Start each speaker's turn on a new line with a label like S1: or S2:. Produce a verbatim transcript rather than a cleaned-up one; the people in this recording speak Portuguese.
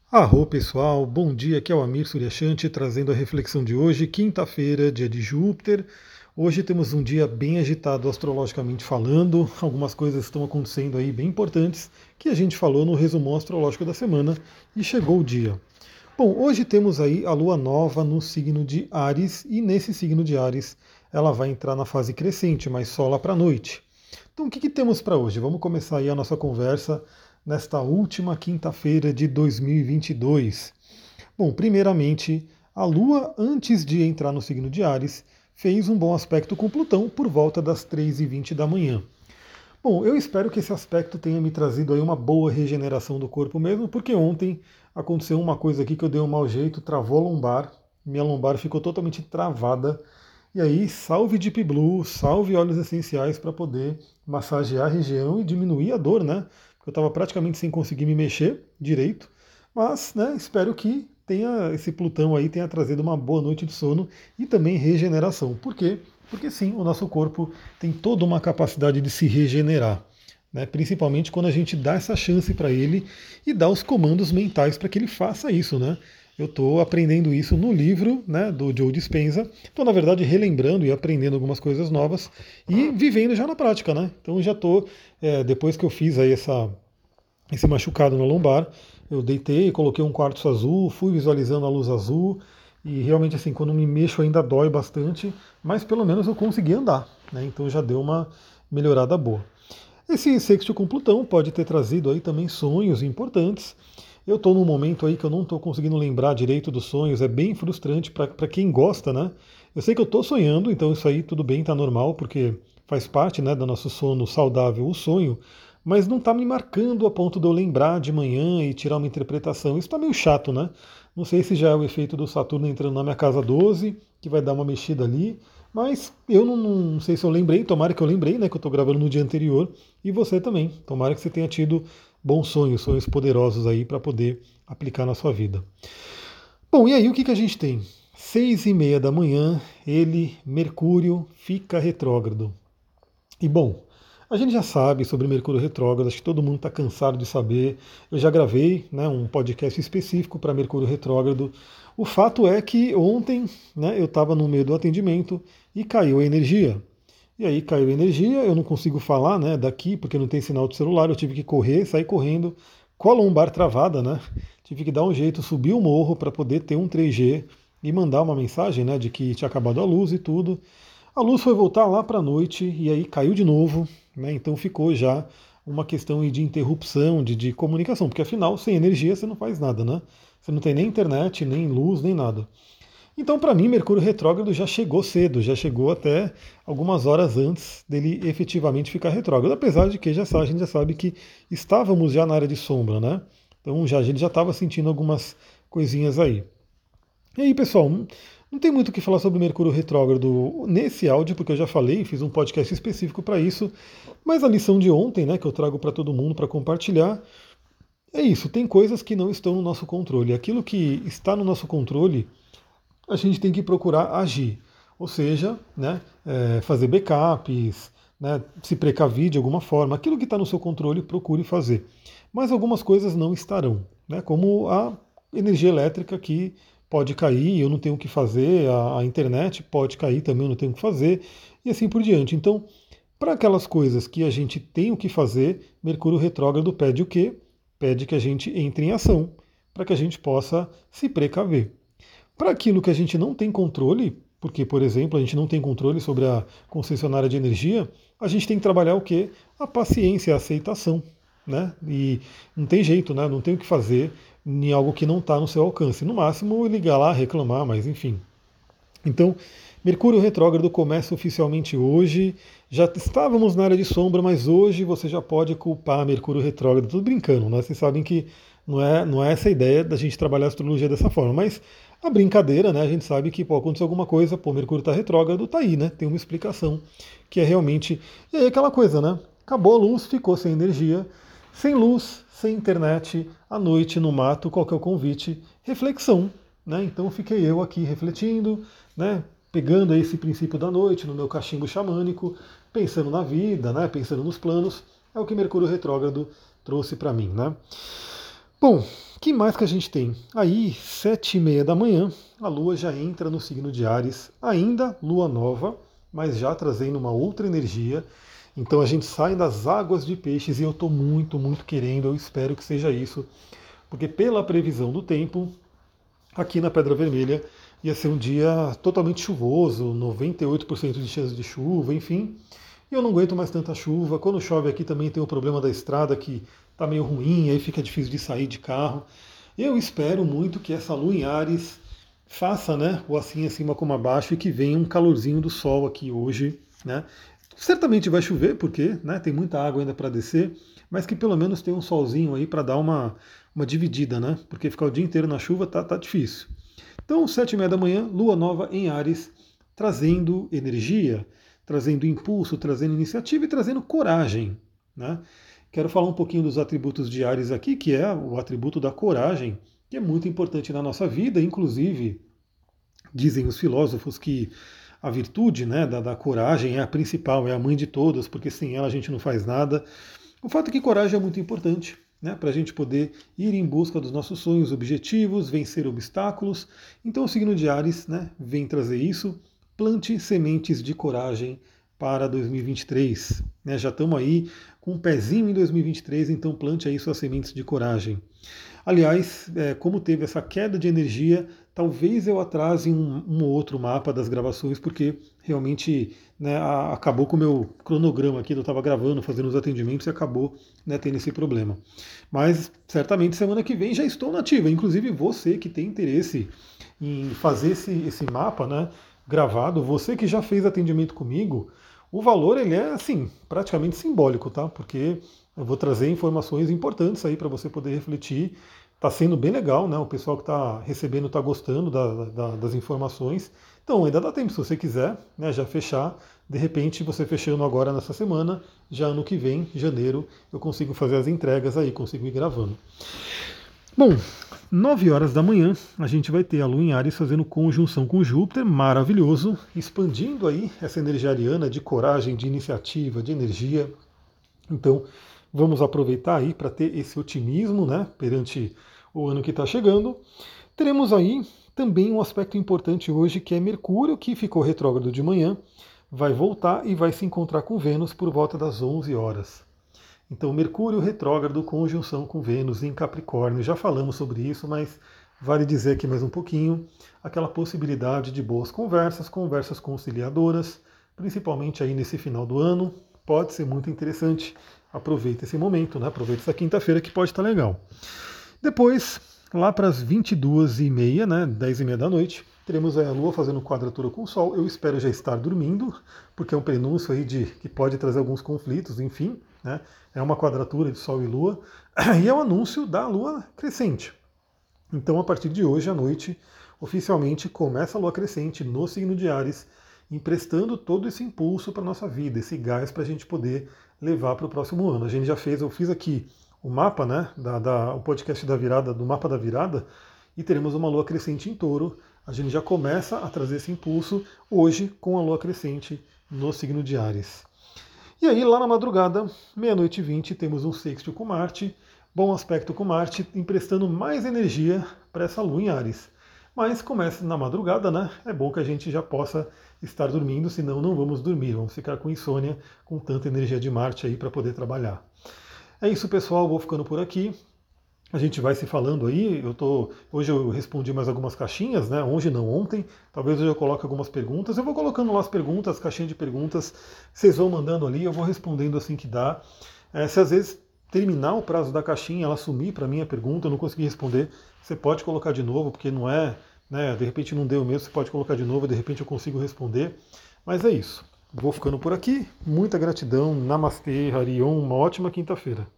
S1: Arro pessoal, bom dia, aqui é o Amir Suryashanti trazendo a reflexão de hoje, quinta-feira, dia de Júpiter. Hoje temos um dia bem agitado astrologicamente falando, algumas coisas estão acontecendo aí bem importantes que a gente falou no resumo astrológico da semana e chegou o dia. Bom, hoje temos aí a lua nova no signo de Áries e nesse signo de Áries ela vai entrar na fase crescente, mas só lá para a noite. Então, o que, que temos para hoje? Vamos começar aí a nossa conversa nesta última quinta-feira de dois mil e vinte e dois. Bom, primeiramente, a Lua, antes de entrar no signo de Áries, fez um bom aspecto com Plutão por volta das três e vinte da manhã. Bom, eu espero que esse aspecto tenha me trazido aí uma boa regeneração do corpo mesmo, porque ontem aconteceu uma coisa aqui que eu dei um mau jeito, travou a lombar, minha lombar ficou totalmente travada. E aí, salve Deep Blue, salve óleos essenciais para poder massagear a região e diminuir a dor, né? Porque eu estava praticamente sem conseguir me mexer direito. Mas, né, espero que tenha esse Plutão aí tenha trazido uma boa noite de sono e também regeneração. Por quê? Porque sim, o nosso corpo tem toda uma capacidade de se regenerar. Né? Principalmente quando a gente dá essa chance para ele e dá os comandos mentais para que ele faça isso, né? Eu estou aprendendo isso no livro, né, do Joe Dispenza. Estou, na verdade, relembrando e aprendendo algumas coisas novas e vivendo já na prática, né? Então já estou, é, depois que eu fiz aí essa, esse machucado na lombar, eu deitei, coloquei um quartzo azul, fui visualizando a luz azul e realmente assim, quando me mexo ainda dói bastante, mas pelo menos eu consegui andar, né? Então já deu uma melhorada boa. Esse sexto com Plutão pode ter trazido aí também sonhos importantes. Eu estou num momento aí que eu não estou conseguindo lembrar direito dos sonhos, é bem frustrante para quem gosta, né? Eu sei que eu estou sonhando, então isso aí tudo bem, está normal, porque faz parte, né, do nosso sono saudável o sonho, mas não está me marcando a ponto de eu lembrar de manhã e tirar uma interpretação. Isso está meio chato, né? Não sei se já é o efeito do Saturno entrando na minha casa doze, que vai dar uma mexida ali, mas eu não, não sei se eu lembrei, tomara que eu lembrei, né, que eu estou gravando no dia anterior, e você também. Tomara que você tenha tido bons sonhos, sonhos poderosos aí para poder aplicar na sua vida. Bom, e aí o que, que a gente tem? Seis e meia da manhã, ele, Mercúrio, fica retrógrado. E bom, a gente já sabe sobre Mercúrio retrógrado, acho que todo mundo está cansado de saber. Eu já gravei, né, um podcast específico para Mercúrio retrógrado. O fato é que ontem, né, eu estava no meio do atendimento e caiu a energia. E aí caiu a energia, eu não consigo falar, né, daqui porque não tem sinal de celular, eu tive que correr, sair correndo com a lombar travada, né? Tive que dar um jeito, subir o morro para poder ter um três G e mandar uma mensagem, né, de que tinha acabado a luz e tudo. A luz foi voltar lá para a noite e aí caiu de novo, né? Então ficou já uma questão de interrupção, de, de comunicação, porque afinal, sem energia você não faz nada, né? Você não tem nem internet, nem luz, nem nada. Então, para mim, Mercúrio retrógrado já chegou cedo, já chegou até algumas horas antes dele efetivamente ficar retrógrado, apesar de que já, a gente já sabe que estávamos já na área de sombra, né? Então já, a gente já estava sentindo algumas coisinhas aí. E aí, pessoal, não, não tem muito o que falar sobre Mercúrio retrógrado nesse áudio, porque eu já falei, fiz um podcast específico para isso, mas a lição de ontem, né, que eu trago para todo mundo para compartilhar, é isso, tem coisas que não estão no nosso controle. Aquilo que está no nosso controle, a gente tem que procurar agir. Ou seja, né, é, fazer backups, né, se precaver de alguma forma. Aquilo que está no seu controle, procure fazer. Mas algumas coisas não estarão, né, como a energia elétrica que pode cair, eu não tenho o que fazer, a, a internet pode cair também, eu não tenho o que fazer, e assim por diante. Então, para aquelas coisas que a gente tem o que fazer, Mercúrio retrógrado pede o quê? Pede que a gente entre em ação, para que a gente possa se precaver. Para aquilo que a gente não tem controle, porque, por exemplo, a gente não tem controle sobre a concessionária de energia, a gente tem que trabalhar o quê? A paciência, a aceitação. Né? E não tem jeito, né? Não tem o que fazer em algo que não está no seu alcance. No máximo, ligar lá, reclamar, mas enfim. Então, Mercúrio retrógrado começa oficialmente hoje. Já estávamos na área de sombra, mas hoje você já pode culpar Mercúrio retrógrado. Tudo brincando, né? Vocês sabem que não é, não é essa a ideia da gente trabalhar a astrologia dessa forma, mas a brincadeira, né? A gente sabe que pô, aconteceu alguma coisa, pô, Mercúrio está retrógrado, tá aí, né? Tem uma explicação que é realmente. E aí aquela coisa, né? Acabou a luz, ficou sem energia, sem luz, sem internet, à noite no mato, qual que é o convite? Reflexão. Né? Então fiquei eu aqui refletindo, né? Pegando esse princípio da noite no meu cachimbo xamânico, pensando na vida, né? Pensando nos planos, é o que Mercúrio retrógrado trouxe para mim. Né? Bom, que mais que a gente tem? Aí, sete e meia da manhã, a Lua já entra no signo de Áries, ainda Lua nova, mas já trazendo uma outra energia. Então a gente sai das águas de Peixes e eu estou muito, muito querendo, eu espero que seja isso, porque pela previsão do tempo, aqui na Pedra Vermelha ia ser um dia totalmente chuvoso, noventa e oito por cento de chance de chuva, enfim. E eu não aguento mais tanta chuva. Quando chove aqui também tem o problema da estrada que está meio ruim, aí fica difícil de sair de carro. Eu espero muito que essa lua em Áries faça, né, o assim acima como abaixo e que venha um calorzinho do sol aqui hoje, né? Certamente vai chover porque, né, tem muita água ainda para descer, mas que pelo menos tenha um solzinho aí para dar uma, uma dividida, né? Porque ficar o dia inteiro na chuva tá, tá difícil. Então, sete e meia da manhã, lua nova em Áries, trazendo energia, trazendo impulso, trazendo iniciativa e trazendo coragem, né? Quero falar um pouquinho dos atributos de Áries aqui, que é o atributo da coragem, que é muito importante na nossa vida, inclusive dizem os filósofos que a virtude, né, da, da coragem é a principal, é a mãe de todas, porque sem ela a gente não faz nada. O fato é que coragem é muito importante, né, para a gente poder ir em busca dos nossos sonhos, objetivos, vencer obstáculos. Então o signo de Áries, né, vem trazer isso. Plante sementes de coragem para dois mil e vinte e três. Né, já estamos aí com um pezinho em dois mil e vinte e três, então plante aí suas sementes de coragem. Aliás, é, como teve essa queda de energia, talvez eu atrase um, um ou outro mapa das gravações, porque realmente, né, a, acabou com o meu cronograma aqui, eu estava gravando, fazendo os atendimentos e acabou, né, tendo esse problema. Mas certamente semana que vem já estou nativa. Inclusive você que tem interesse em fazer esse, esse mapa, né, gravado, você que já fez atendimento comigo, o valor ele é assim, praticamente simbólico, tá? Porque eu vou trazer informações importantes aí para você poder refletir. Está sendo bem legal, né? O pessoal que está recebendo está gostando da, da, das informações. Então ainda dá tempo, se você quiser, né, já fechar. De repente, você fechando agora nessa semana, já ano que vem, janeiro, eu consigo fazer as entregas aí, consigo ir gravando. Bom, nove horas da manhã, a gente vai ter a Lua em Áries fazendo conjunção com Júpiter, maravilhoso, expandindo aí essa energia ariana de coragem, de iniciativa, de energia. Então, vamos aproveitar aí para ter esse otimismo, né, perante o ano que está chegando. Teremos aí também um aspecto importante hoje, que é Mercúrio, que ficou retrógrado de manhã, vai voltar e vai se encontrar com Vênus por volta das onze horas. Então, Mercúrio retrógrado, conjunção com Vênus em Capricórnio. Já falamos sobre isso, mas vale dizer aqui mais um pouquinho. Aquela possibilidade de boas conversas, conversas conciliadoras, principalmente aí nesse final do ano. Pode ser muito interessante. Aproveita esse momento, né? Aproveita essa quinta-feira que pode estar legal. Depois, lá para as vinte e duas e meia, né, dez e meia da noite, teremos a Lua fazendo quadratura com o Sol. Eu espero já estar dormindo, porque é um prenúncio aí de que pode trazer alguns conflitos, enfim, né? É uma quadratura de Sol e Lua, e é o anúncio da Lua crescente. Então, a partir de hoje à noite, oficialmente começa a Lua crescente no signo de Áries, emprestando todo esse impulso para a nossa vida, esse gás para a gente poder levar para o próximo ano. A gente já fez, eu fiz aqui o mapa, né, da, da, o podcast da virada, do mapa da virada, e teremos uma Lua crescente em Touro. A gente já começa a trazer esse impulso hoje com a Lua crescente no signo de Áries. E aí, lá na madrugada, meia-noite e vinte, temos um sextil com Marte, bom aspecto com Marte, emprestando mais energia para essa Lua em Áries. Mas começa na madrugada, né? É bom que a gente já possa estar dormindo, senão não vamos dormir, vamos ficar com insônia, com tanta energia de Marte aí para poder trabalhar. É isso, pessoal, vou ficando por aqui. A gente vai se falando aí. Eu tô, hoje eu respondi mais algumas caixinhas, né? Hoje não, ontem. Talvez hoje eu coloque algumas perguntas. Eu vou colocando lá as perguntas, caixinha de perguntas. Vocês vão mandando ali, eu vou respondendo assim que dá. É, se às vezes terminar o prazo da caixinha, ela sumir para mim a pergunta, eu não consegui responder, você pode colocar de novo, porque não é, né? De repente não deu mesmo, você pode colocar de novo, de repente eu consigo responder. Mas é isso. Vou ficando por aqui. Muita gratidão. Namastê, Harion. Uma ótima quinta-feira.